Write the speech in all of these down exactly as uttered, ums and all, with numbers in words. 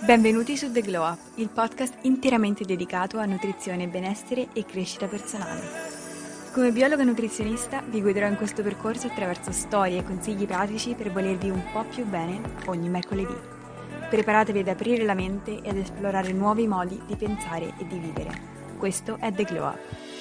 Benvenuti su The Glow Up, il podcast interamente dedicato a nutrizione, benessere e crescita personale. Come biologa nutrizionista vi guiderò in questo percorso attraverso storie e consigli pratici per volervi un po' più bene ogni mercoledì. Preparatevi ad aprire la mente e ad esplorare nuovi modi di pensare e di vivere. Questo è The Glow Up.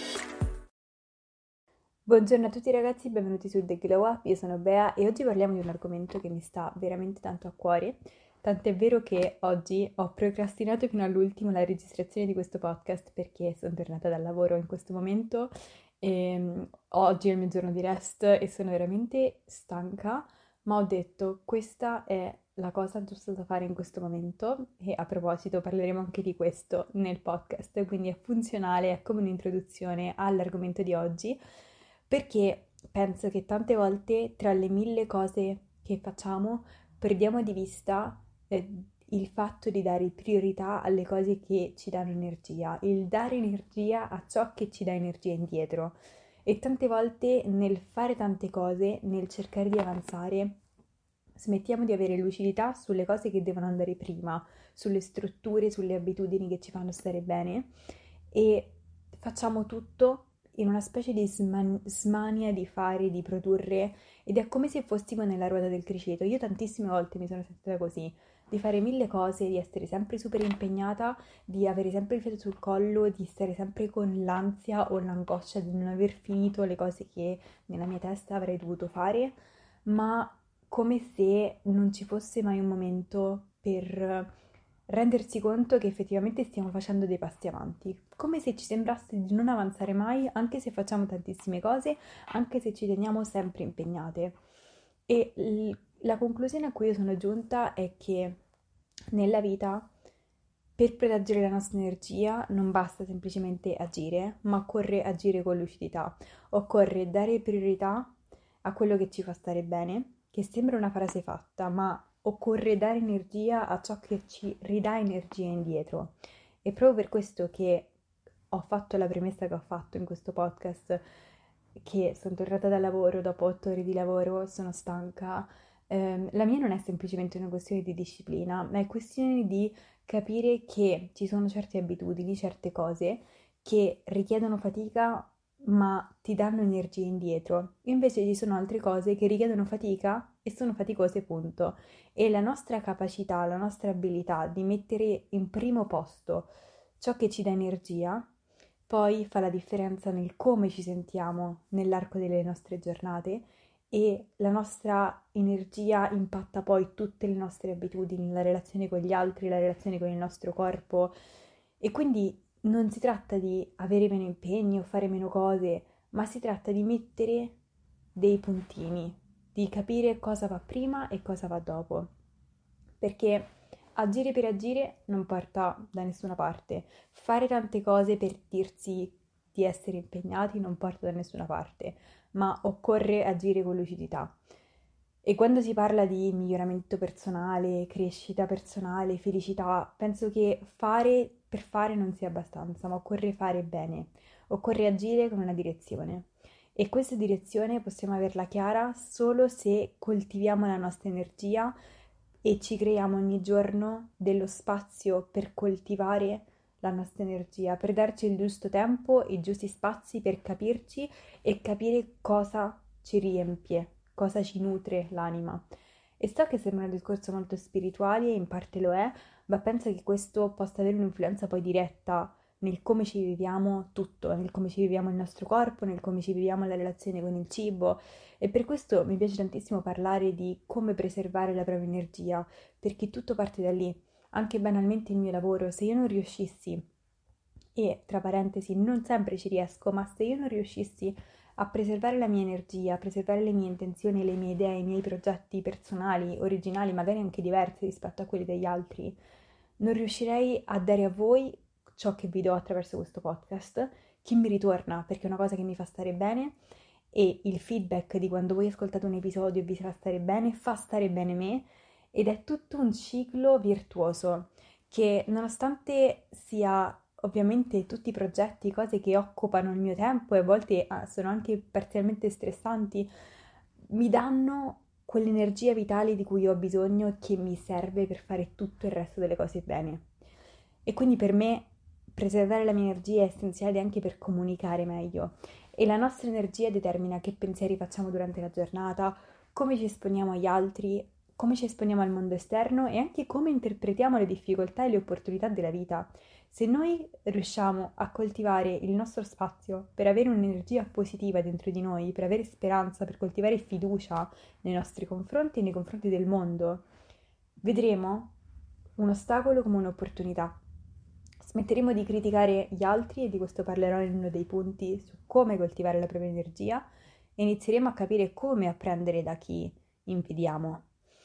Buongiorno a tutti ragazzi, benvenuti su The Glow Up, io sono Bea e oggi parliamo di un argomento che mi sta veramente tanto a cuore. Tant'è vero che oggi ho procrastinato fino all'ultimo la registrazione di questo podcast perché sono tornata dal lavoro in questo momento e mm, oggi è il mio giorno di rest e sono veramente stanca, ma ho detto questa è la cosa giusta da fare in questo momento e a proposito parleremo anche di questo nel podcast, quindi è funzionale, è come un'introduzione all'argomento di oggi perché penso che tante volte tra le mille cose che facciamo perdiamo di vista eh, il fatto di dare priorità alle cose che ci danno energia, il dare energia a ciò che ci dà energia indietro. E tante volte nel fare tante cose, nel cercare di avanzare, smettiamo di avere lucidità sulle cose che devono andare prima, sulle strutture, sulle abitudini che ci fanno stare bene e facciamo tutto in una specie di sman- smania di fare, di produrre ed è come se fossimo nella ruota del criceto. Io tantissime volte mi sono sentita così, di fare mille cose, di essere sempre super impegnata, di avere sempre il fiato sul collo, di stare sempre con l'ansia o l'angoscia di non aver finito le cose che nella mia testa avrei dovuto fare, ma come se non ci fosse mai un momento per rendersi conto che effettivamente stiamo facendo dei passi avanti, come se ci sembrasse di non avanzare mai, anche se facciamo tantissime cose, anche se ci teniamo sempre impegnate. E l- la conclusione a cui io sono giunta è che nella vita, per proteggere la nostra energia, non basta semplicemente agire, ma occorre agire con lucidità. Occorre dare priorità a quello che ci fa stare bene, che sembra una frase fatta, ma occorre dare energia a ciò che ci ridà energia indietro. E proprio per questo che ho fatto la premessa che ho fatto in questo podcast, che sono tornata dal lavoro dopo otto ore di lavoro, sono stanca. Ehm, la mia non è semplicemente una questione di disciplina, ma è questione di capire che ci sono certe abitudini, certe cose che richiedono fatica ma ti danno energia indietro. Invece ci sono altre cose che richiedono fatica e sono faticose, punto. E la nostra capacità, la nostra abilità di mettere in primo posto ciò che ci dà energia, poi fa la differenza nel come ci sentiamo nell'arco delle nostre giornate e la nostra energia impatta poi tutte le nostre abitudini, la relazione con gli altri, la relazione con il nostro corpo e quindi non si tratta di avere meno impegni o fare meno cose, ma si tratta di mettere dei puntini, di capire cosa va prima e cosa va dopo. Perché agire per agire non porta da nessuna parte. Fare tante cose per dirsi di essere impegnati non porta da nessuna parte, ma occorre agire con lucidità. E quando si parla di miglioramento personale, crescita personale, felicità, penso che fare per fare non sia abbastanza, ma occorre fare bene, occorre agire con una direzione. E questa direzione possiamo averla chiara solo se coltiviamo la nostra energia e ci creiamo ogni giorno dello spazio per coltivare la nostra energia, per darci il giusto tempo, i giusti spazi per capirci e capire cosa ci riempie, cosa ci nutre l'anima. E so che sembra un discorso molto spirituale e in parte lo è, ma penso che questo possa avere un'influenza poi diretta nel come ci viviamo tutto, nel come ci viviamo il nostro corpo, nel come ci viviamo la relazione con il cibo. E per questo mi piace tantissimo parlare di come preservare la propria energia, perché tutto parte da lì. Anche banalmente il mio lavoro, se io non riuscissi, e tra parentesi non sempre ci riesco, ma se io non riuscissi a preservare la mia energia, a preservare le mie intenzioni, le mie idee, i miei progetti personali, originali, magari anche diversi rispetto a quelli degli altri, non riuscirei a dare a voi ciò che vi do attraverso questo podcast, che mi ritorna perché è una cosa che mi fa stare bene e il feedback di quando voi ascoltate un episodio e vi fa stare bene, fa stare bene me ed è tutto un ciclo virtuoso che nonostante sia ovviamente tutti i progetti, cose che occupano il mio tempo e a volte ah, sono anche parzialmente stressanti, mi danno quell'energia vitale di cui ho bisogno e che mi serve per fare tutto il resto delle cose bene. E quindi per me preservare la mia energia è essenziale anche per comunicare meglio. E la nostra energia determina che pensieri facciamo durante la giornata, come ci esponiamo agli altri, come ci esponiamo al mondo esterno e anche come interpretiamo le difficoltà e le opportunità della vita. Se noi riusciamo a coltivare il nostro spazio per avere un'energia positiva dentro di noi, per avere speranza, per coltivare fiducia nei nostri confronti e nei confronti del mondo, vedremo un ostacolo come un'opportunità. Smetteremo di criticare gli altri, e di questo parlerò in uno dei punti su come coltivare la propria energia, e inizieremo a capire come apprendere da chi invidiamo.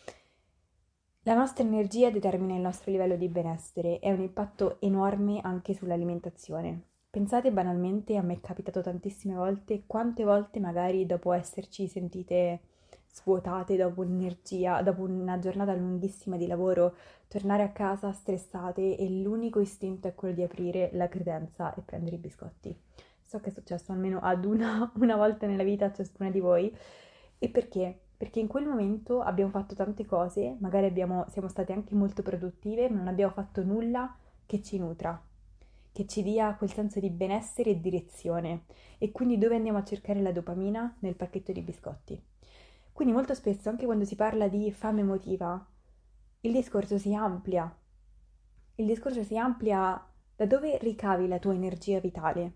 La nostra energia determina il nostro livello di benessere e ha un impatto enorme anche sull'alimentazione. Pensate banalmente, a me è capitato tantissime volte, quante volte magari dopo esserci sentite svuotate, dopo un'energia, dopo una giornata lunghissima di lavoro, tornare a casa stressate e l'unico istinto è quello di aprire la credenza e prendere i biscotti. So che è successo almeno ad una, una volta nella vita a ciascuna di voi. E perché? Perché in quel momento abbiamo fatto tante cose, magari abbiamo, siamo state anche molto produttive, ma non abbiamo fatto nulla che ci nutra, che ci dia quel senso di benessere e direzione. E quindi dove andiamo a cercare la dopamina? Nel pacchetto di biscotti. Quindi molto spesso, anche quando si parla di fame emotiva, il discorso si amplia. Il discorso si amplia da dove ricavi la tua energia vitale.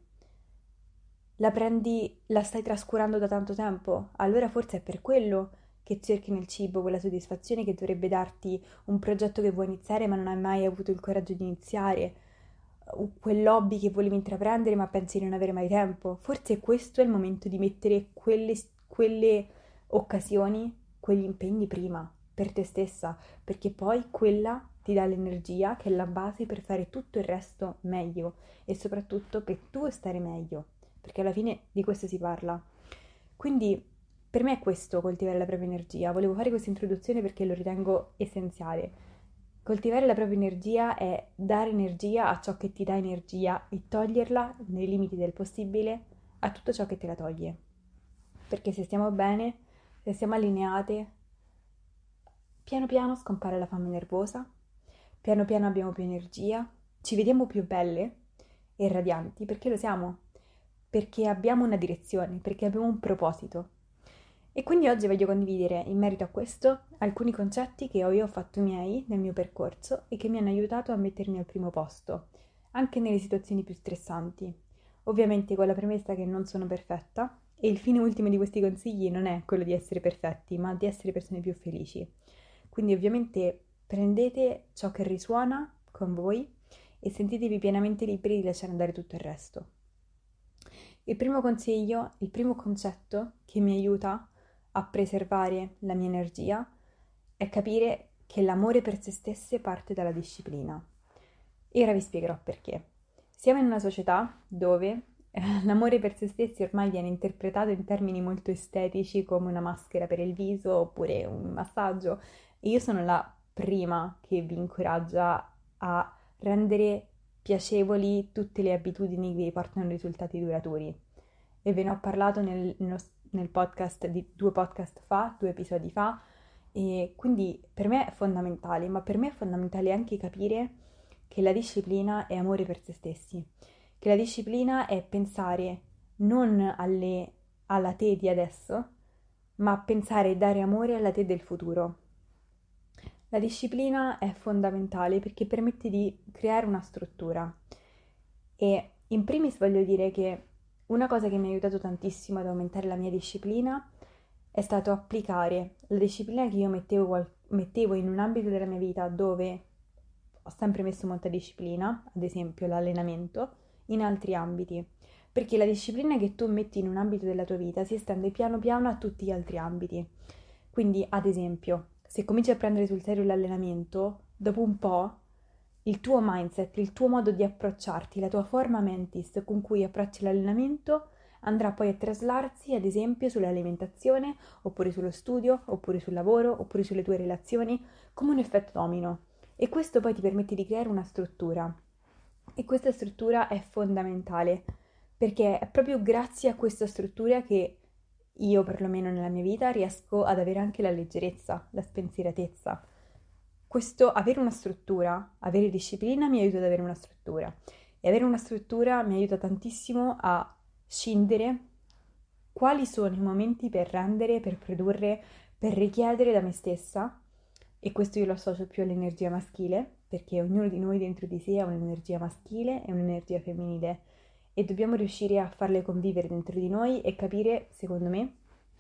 La prendi, la stai trascurando da tanto tempo? Allora forse è per quello che cerchi nel cibo quella soddisfazione che dovrebbe darti un progetto che vuoi iniziare ma non hai mai avuto il coraggio di iniziare, o quell'hobby che volevi intraprendere ma pensi di non avere mai tempo. Forse questo è il momento di mettere quelle, quelle occasioni, quegli impegni prima, per te stessa, perché poi quella ti dà l'energia che è la base per fare tutto il resto meglio e soprattutto per tu stare meglio, perché alla fine di questo si parla. Quindi per me è questo coltivare la propria energia. Volevo fare questa introduzione perché lo ritengo essenziale. Coltivare la propria energia è dare energia a ciò che ti dà energia e toglierla, nei limiti del possibile, a tutto ciò che te la toglie. Perché se stiamo bene, se siamo allineate, piano piano scompare la fame nervosa, piano piano abbiamo più energia, ci vediamo più belle e radianti, perché lo siamo, perché abbiamo una direzione, perché abbiamo un proposito. E quindi oggi voglio condividere in merito a questo alcuni concetti che ho io ho fatto miei nel mio percorso e che mi hanno aiutato a mettermi al primo posto, anche nelle situazioni più stressanti. Ovviamente con la premessa che non sono perfetta e il fine ultimo di questi consigli non è quello di essere perfetti, ma di essere persone più felici. Quindi ovviamente prendete ciò che risuona con voi e sentitevi pienamente liberi di lasciare andare tutto il resto. Il primo consiglio, il primo concetto che mi aiuta a preservare la mia energia è capire che l'amore per se stesse parte dalla disciplina. E ora vi spiegherò perché. Siamo in una società dove eh, l'amore per se stessi ormai viene interpretato in termini molto estetici, come una maschera per il viso oppure un massaggio, e io sono la prima che vi incoraggia a rendere piacevoli tutte le abitudini che vi portano risultati duraturi. E ve ne ho parlato nel, nel podcast di due podcast fa, due episodi fa, e quindi per me è fondamentale, ma per me è fondamentale anche capire che la disciplina è amore per se stessi, che la disciplina è pensare non alle, alla te di adesso, ma pensare e dare amore alla te del futuro. La disciplina è fondamentale perché permette di creare una struttura e in primis voglio dire che una cosa che mi ha aiutato tantissimo ad aumentare la mia disciplina è stato applicare la disciplina che io mettevo, mettevo in un ambito della mia vita dove ho sempre messo molta disciplina, ad esempio l'allenamento, in altri ambiti. Perché la disciplina che tu metti in un ambito della tua vita si estende piano piano a tutti gli altri ambiti. Quindi, ad esempio, se cominci a prendere sul serio l'allenamento, dopo un po' il tuo mindset, il tuo modo di approcciarti, la tua forma mentis con cui approcci l'allenamento andrà poi a traslarsi, ad esempio, sull'alimentazione, oppure sullo studio, oppure sul lavoro, oppure sulle tue relazioni, come un effetto domino. E questo poi ti permette di creare una struttura. E questa struttura è fondamentale, perché è proprio grazie a questa struttura che io perlomeno nella mia vita riesco ad avere anche la leggerezza, la spensieratezza. Questo, avere una struttura, avere disciplina mi aiuta ad avere una struttura e avere una struttura mi aiuta tantissimo a scindere quali sono i momenti per rendere, per produrre, per richiedere da me stessa, e questo io lo associo più all'energia maschile, perché ognuno di noi dentro di sé ha un'energia maschile e un'energia femminile e dobbiamo riuscire a farle convivere dentro di noi e capire, secondo me,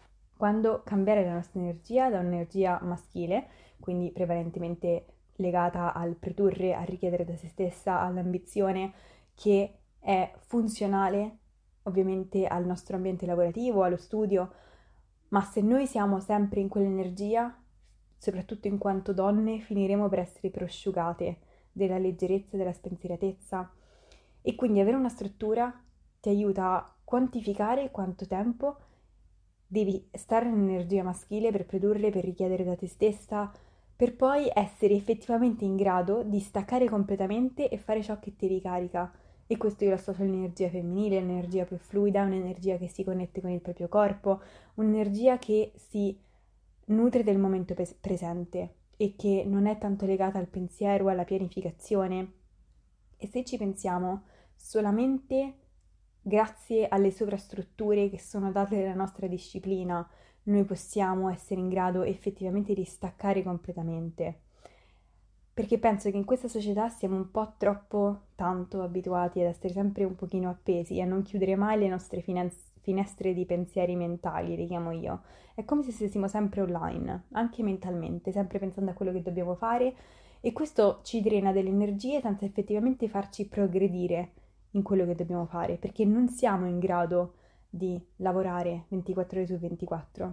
quando cambiare la nostra energia da un'energia maschile, quindi prevalentemente legata al produrre, a richiedere da se stessa, all'ambizione, che è funzionale ovviamente al nostro ambiente lavorativo, allo studio, ma se noi siamo sempre in quell'energia, soprattutto in quanto donne, finiremo per essere prosciugate della leggerezza e della spensieratezza. E quindi avere una struttura ti aiuta a quantificare quanto tempo devi stare in energia maschile per produrre, per richiedere da te stessa, per poi essere effettivamente in grado di staccare completamente e fare ciò che ti ricarica. E questo io lo associo all'energia femminile, l'energia più fluida, un'energia che si connette con il proprio corpo, un'energia che si nutre del momento pes- presente e che non è tanto legata al pensiero, alla pianificazione. E se ci pensiamo, solamente grazie alle sovrastrutture che sono date dalla nostra disciplina, noi possiamo essere in grado effettivamente di staccare completamente. Perché penso che in questa società siamo un po' troppo tanto abituati ad essere sempre un pochino appesi e a non chiudere mai le nostre finan- finestre di pensieri mentali, le chiamo io. È come se stessimo sempre online, anche mentalmente, sempre pensando a quello che dobbiamo fare, e questo ci drena delle energie senza effettivamente farci progredire in quello che dobbiamo fare, perché non siamo in grado di lavorare ventiquattro ore su ventiquattro.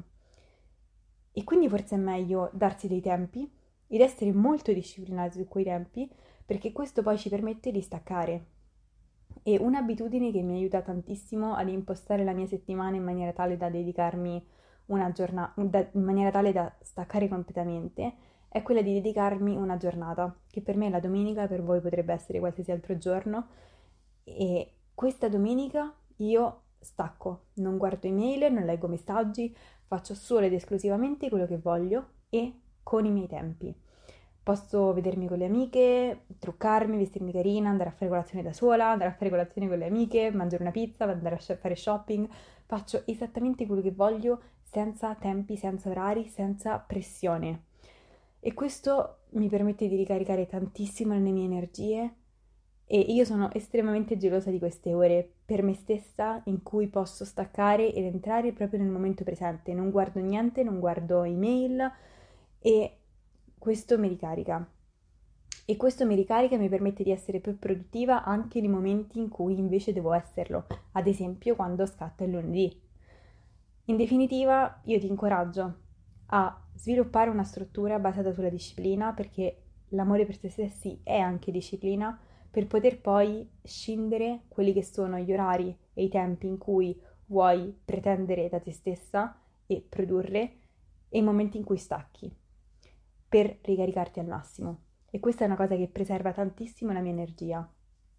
E quindi forse è meglio darsi dei tempi ed essere molto disciplinati su quei tempi, perché questo poi ci permette di staccare. E un'abitudine che mi aiuta tantissimo ad impostare la mia settimana in maniera tale da dedicarmi una giornata, in maniera tale da staccare completamente, è quella di dedicarmi una giornata, che per me è la domenica, per voi potrebbe essere qualsiasi altro giorno, e questa domenica io stacco, non guardo email, non leggo messaggi, faccio solo ed esclusivamente quello che voglio e con i miei tempi. Posso vedermi con le amiche, truccarmi, vestirmi carina, andare a fare colazione da sola, andare a fare colazione con le amiche, mangiare una pizza, andare a fare shopping. Faccio esattamente quello che voglio, senza tempi, senza orari, senza pressione. E questo mi permette di ricaricare tantissimo le mie energie e io sono estremamente gelosa di queste ore per me stessa in cui posso staccare ed entrare proprio nel momento presente. Non guardo niente, non guardo email e questo mi ricarica. E questo mi ricarica e mi permette di essere più produttiva anche nei momenti in cui invece devo esserlo, ad esempio quando scatta il lunedì. In definitiva, io ti incoraggio a sviluppare una struttura basata sulla disciplina, perché l'amore per se stessi è anche disciplina, per poter poi scindere quelli che sono gli orari e i tempi in cui vuoi pretendere da te stessa e produrre e i momenti in cui stacchi per ricaricarti al massimo. E questa è una cosa che preserva tantissimo la mia energia.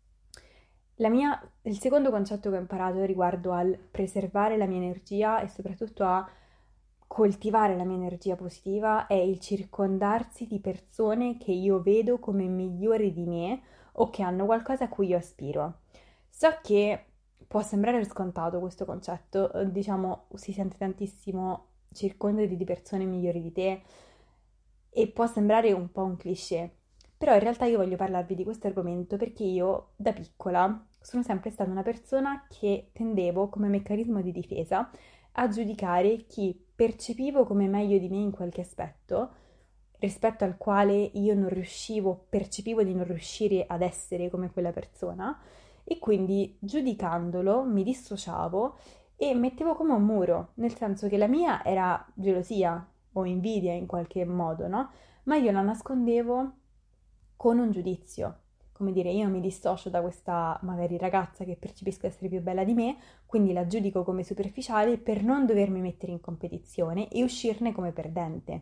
La mia, il secondo concetto che ho imparato riguardo al preservare la mia energia e soprattutto a coltivare la mia energia positiva è il circondarsi di persone che io vedo come migliori di me o che hanno qualcosa a cui io aspiro. So che può sembrare scontato questo concetto, eh, diciamo si sente tantissimo circondati di persone migliori di te e può sembrare un po' un cliché, però in realtà io voglio parlarvi di questo argomento perché io da piccola sono sempre stata una persona che tendevo come meccanismo di difesa a giudicare chi percepivo come meglio di me in qualche aspetto, rispetto al quale io non riuscivo, percepivo di non riuscire ad essere come quella persona, e quindi giudicandolo mi dissociavo e mettevo come un muro, nel senso che la mia era gelosia o invidia in qualche modo, no? Ma io la nascondevo con un giudizio. Come dire, io mi dissocio da questa magari ragazza che percepisco essere più bella di me, quindi la giudico come superficiale per non dovermi mettere in competizione e uscirne come perdente.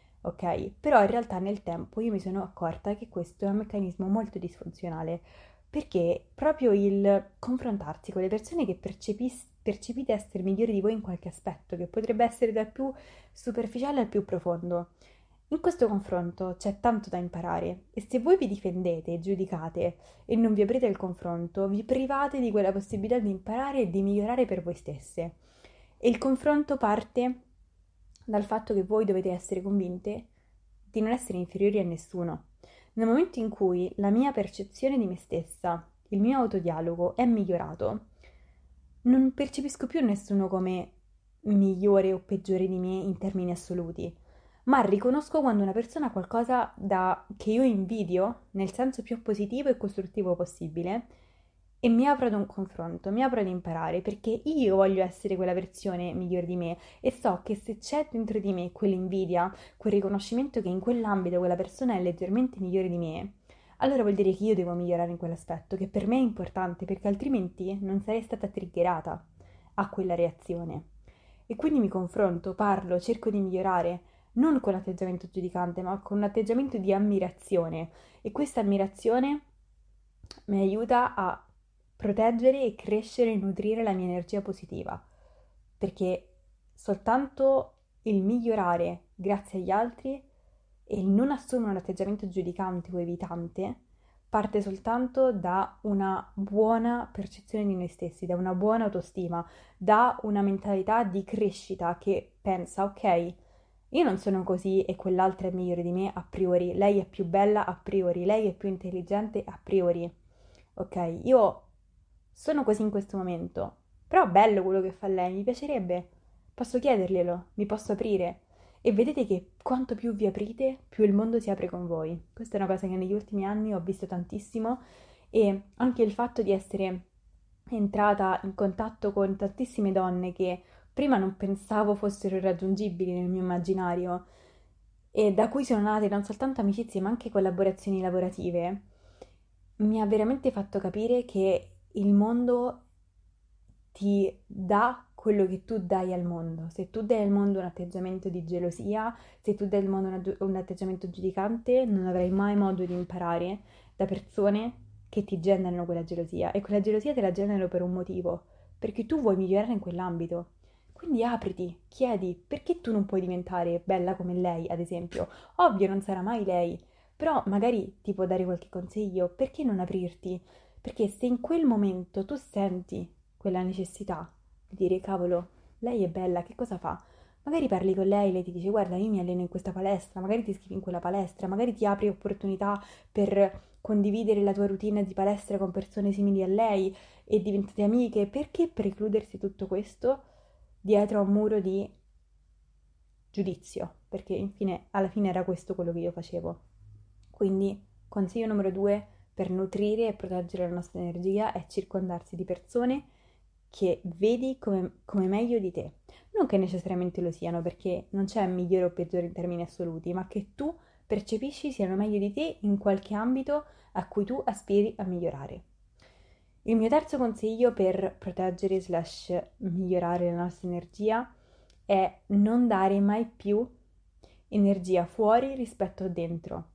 Ok? Però in realtà nel tempo io mi sono accorta che questo è un meccanismo molto disfunzionale, perché proprio il confrontarsi con le persone che percepis- percepite essere migliori di voi in qualche aspetto, che potrebbe essere dal più superficiale al più profondo. In questo confronto c'è tanto da imparare e se voi vi difendete e giudicate e non vi aprite al confronto, vi private di quella possibilità di imparare e di migliorare per voi stesse. E il confronto parte dal fatto che voi dovete essere convinte di non essere inferiori a nessuno. Nel momento in cui la mia percezione di me stessa, il mio autodialogo è migliorato, non percepisco più nessuno come migliore o peggiore di me in termini assoluti, ma riconosco quando una persona ha qualcosa da, che io invidio nel senso più positivo e costruttivo possibile e mi apro ad un confronto, mi apro ad imparare perché io voglio essere quella versione migliore di me e so che se c'è dentro di me quell'invidia, quel riconoscimento che in quell'ambito quella persona è leggermente migliore di me, allora vuol dire che io devo migliorare in quell'aspetto, che per me è importante, perché altrimenti non sarei stata triggerata a quella reazione. E quindi mi confronto, parlo, cerco di migliorare, non con atteggiamento giudicante, ma con un atteggiamento di ammirazione. E questa ammirazione mi aiuta a proteggere e crescere e nutrire la mia energia positiva, perché soltanto il migliorare grazie agli altri e il non assumere un atteggiamento giudicante o evitante parte soltanto da una buona percezione di noi stessi, da una buona autostima, da una mentalità di crescita che pensa, ok, io non sono così e quell'altra è migliore di me a priori, lei è più bella a priori, lei è più intelligente a priori. Ok, io sono così in questo momento, però bello quello che fa lei, mi piacerebbe. Posso chiederglielo, mi posso aprire. E vedete che quanto più vi aprite, più il mondo si apre con voi. Questa è una cosa che negli ultimi anni ho visto tantissimo e anche il fatto di essere entrata in contatto con tantissime donne che prima non pensavo fossero irraggiungibili nel mio immaginario e da cui sono nate non soltanto amicizie ma anche collaborazioni lavorative, mi ha veramente fatto capire che il mondo ti dà quello che tu dai al mondo. Se tu dai al mondo un atteggiamento di gelosia, se tu dai al mondo una- un atteggiamento giudicante, non avrai mai modo di imparare da persone che ti generano quella gelosia. E quella gelosia te la generano per un motivo, perché tu vuoi migliorare in quell'ambito. Quindi apriti, chiedi perché tu non puoi diventare bella come lei, ad esempio. Ovvio, non sarà mai lei, però magari ti può dare qualche consiglio. Perché non aprirti? Perché se in quel momento tu senti quella necessità di dire, cavolo, lei è bella, che cosa fa? Magari parli con lei, lei ti dice, guarda, io mi alleno in questa palestra, magari ti iscrivi in quella palestra, magari ti apri opportunità per condividere la tua routine di palestra con persone simili a lei e diventate amiche. Perché precludersi tutto questo dietro a un muro di giudizio? Perché infine, alla fine era questo quello che io facevo. Quindi, consiglio numero due per nutrire e proteggere la nostra energia è circondarsi di persone che vedi come, come meglio di te. Non che necessariamente lo siano, perché non c'è migliore o peggiore in termini assoluti, ma che tu percepisci siano meglio di te in qualche ambito a cui tu aspiri a migliorare. Il mio terzo consiglio per proteggere slash migliorare la nostra energia è non dare mai più energia fuori rispetto a dentro.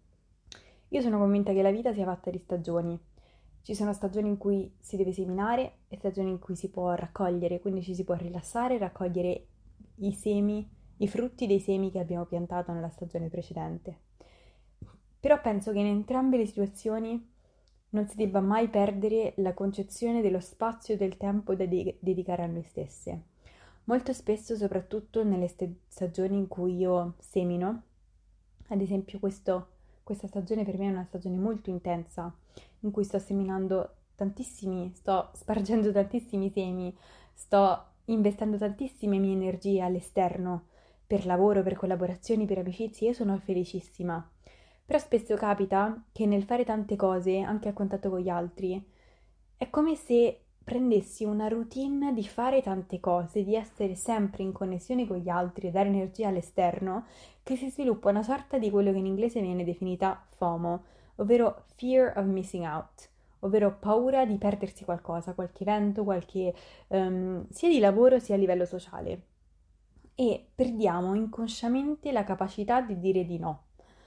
Io sono convinta che la vita sia fatta di stagioni. Ci sono stagioni in cui si deve seminare e stagioni in cui si può raccogliere, quindi ci si può rilassare e raccogliere i semi, i frutti dei semi che abbiamo piantato nella stagione precedente. Però penso che in entrambe le situazioni non si debba mai perdere la concezione dello spazio e del tempo da de- dedicare a noi stesse. Molto spesso, soprattutto nelle ste- stagioni in cui io semino, ad esempio questo, questa stagione per me è una stagione molto intensa, in cui sto seminando tantissimi, sto spargendo tantissimi semi, sto investendo tantissime mie energie all'esterno, per lavoro, per collaborazioni, per amicizie, io sono felicissima. Però spesso capita che nel fare tante cose, anche a contatto con gli altri, è come se prendessi una routine di fare tante cose, di essere sempre in connessione con gli altri e dare energia all'esterno, che si sviluppa una sorta di quello che in inglese viene definita FOMO, ovvero Fear of Missing Out, ovvero paura di perdersi qualcosa, qualche evento, qualche ehm, sia di lavoro sia a livello sociale. E perdiamo inconsciamente la capacità di dire di no.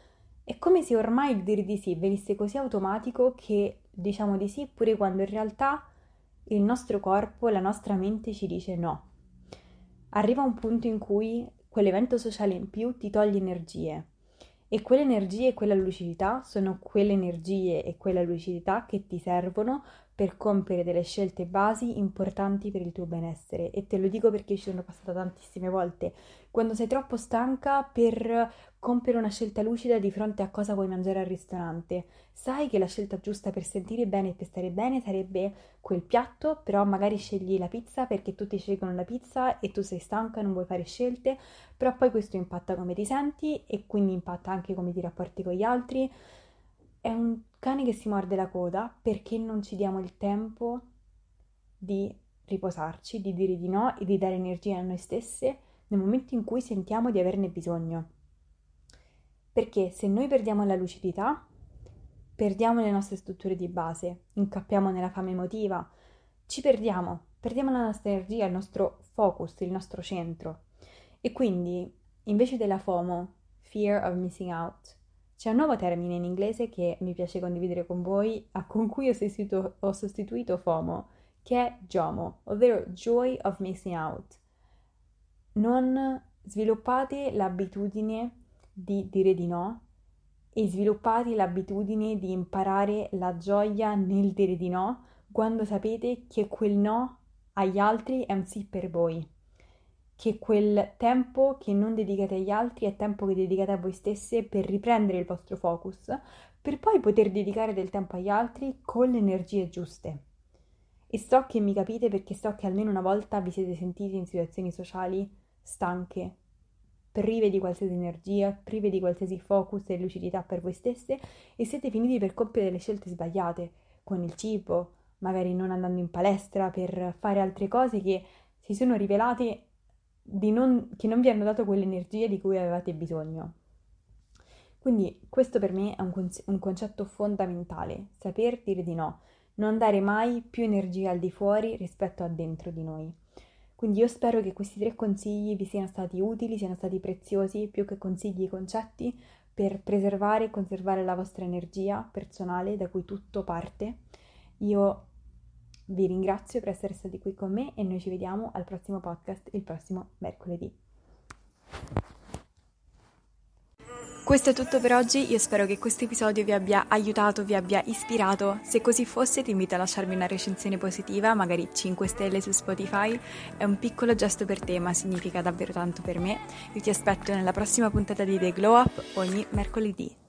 È come se ormai il dire di sì venisse così automatico che diciamo di sì pure quando in realtà il nostro corpo, la nostra mente ci dice no. Arriva un punto in cui quell'evento sociale in più ti toglie energie e quelle energie e quella lucidità sono quelle energie e quella lucidità che ti servono per compiere delle scelte basi importanti per il tuo benessere. E te lo dico perché ci sono passata tantissime volte. Quando sei troppo stanca per compiere una scelta lucida di fronte a cosa vuoi mangiare al ristorante, sai che la scelta giusta per sentire bene e per stare bene sarebbe quel piatto, però magari scegli la pizza perché tutti scelgono la pizza e tu sei stanca e non vuoi fare scelte, però poi questo impatta come ti senti e quindi impatta anche come ti rapporti con gli altri. È un cane che si morde la coda perché non ci diamo il tempo di riposarci, di dire di no e di dare energia a noi stesse nel momento in cui sentiamo di averne bisogno. Perché se noi perdiamo la lucidità, perdiamo le nostre strutture di base, incappiamo nella fame emotiva, ci perdiamo, perdiamo la nostra energia, il nostro focus, il nostro centro. E quindi, invece della FOMO, Fear of Missing Out, c'è un nuovo termine in inglese che mi piace condividere con voi, a con cui ho sostituito, ho sostituito FOMO, che è JOMO, ovvero Joy of Missing Out. Non sviluppate l'abitudine di dire di no e sviluppate l'abitudine di imparare la gioia nel dire di no quando sapete che quel no agli altri è un sì per voi, che quel tempo che non dedicate agli altri è tempo che dedicate a voi stesse per riprendere il vostro focus, per poi poter dedicare del tempo agli altri con le energie giuste. E so che mi capite perché so che almeno una volta vi siete sentiti in situazioni sociali stanche, prive di qualsiasi energia, prive di qualsiasi focus e lucidità per voi stesse e siete finiti per compiere delle scelte sbagliate con il cibo, magari non andando in palestra per fare altre cose che si sono rivelate di non, che non vi hanno dato quell'energia di cui avevate bisogno. Quindi questo per me è un, con- un concetto fondamentale, saper dire di no, non dare mai più energia al di fuori rispetto a dentro di noi. Quindi io spero che questi tre consigli vi siano stati utili, siano stati preziosi, più che consigli e concetti, per preservare e conservare la vostra energia personale da cui tutto parte. Io vi ringrazio per essere stati qui con me e noi ci vediamo al prossimo podcast il prossimo mercoledì. Questo è tutto per oggi, io spero che questo episodio vi abbia aiutato, vi abbia ispirato. Se così fosse ti invito a lasciarmi una recensione positiva, magari cinque stelle su Spotify. È un piccolo gesto per te, ma significa davvero tanto per me. Io ti aspetto nella prossima puntata di The Glow Up ogni mercoledì.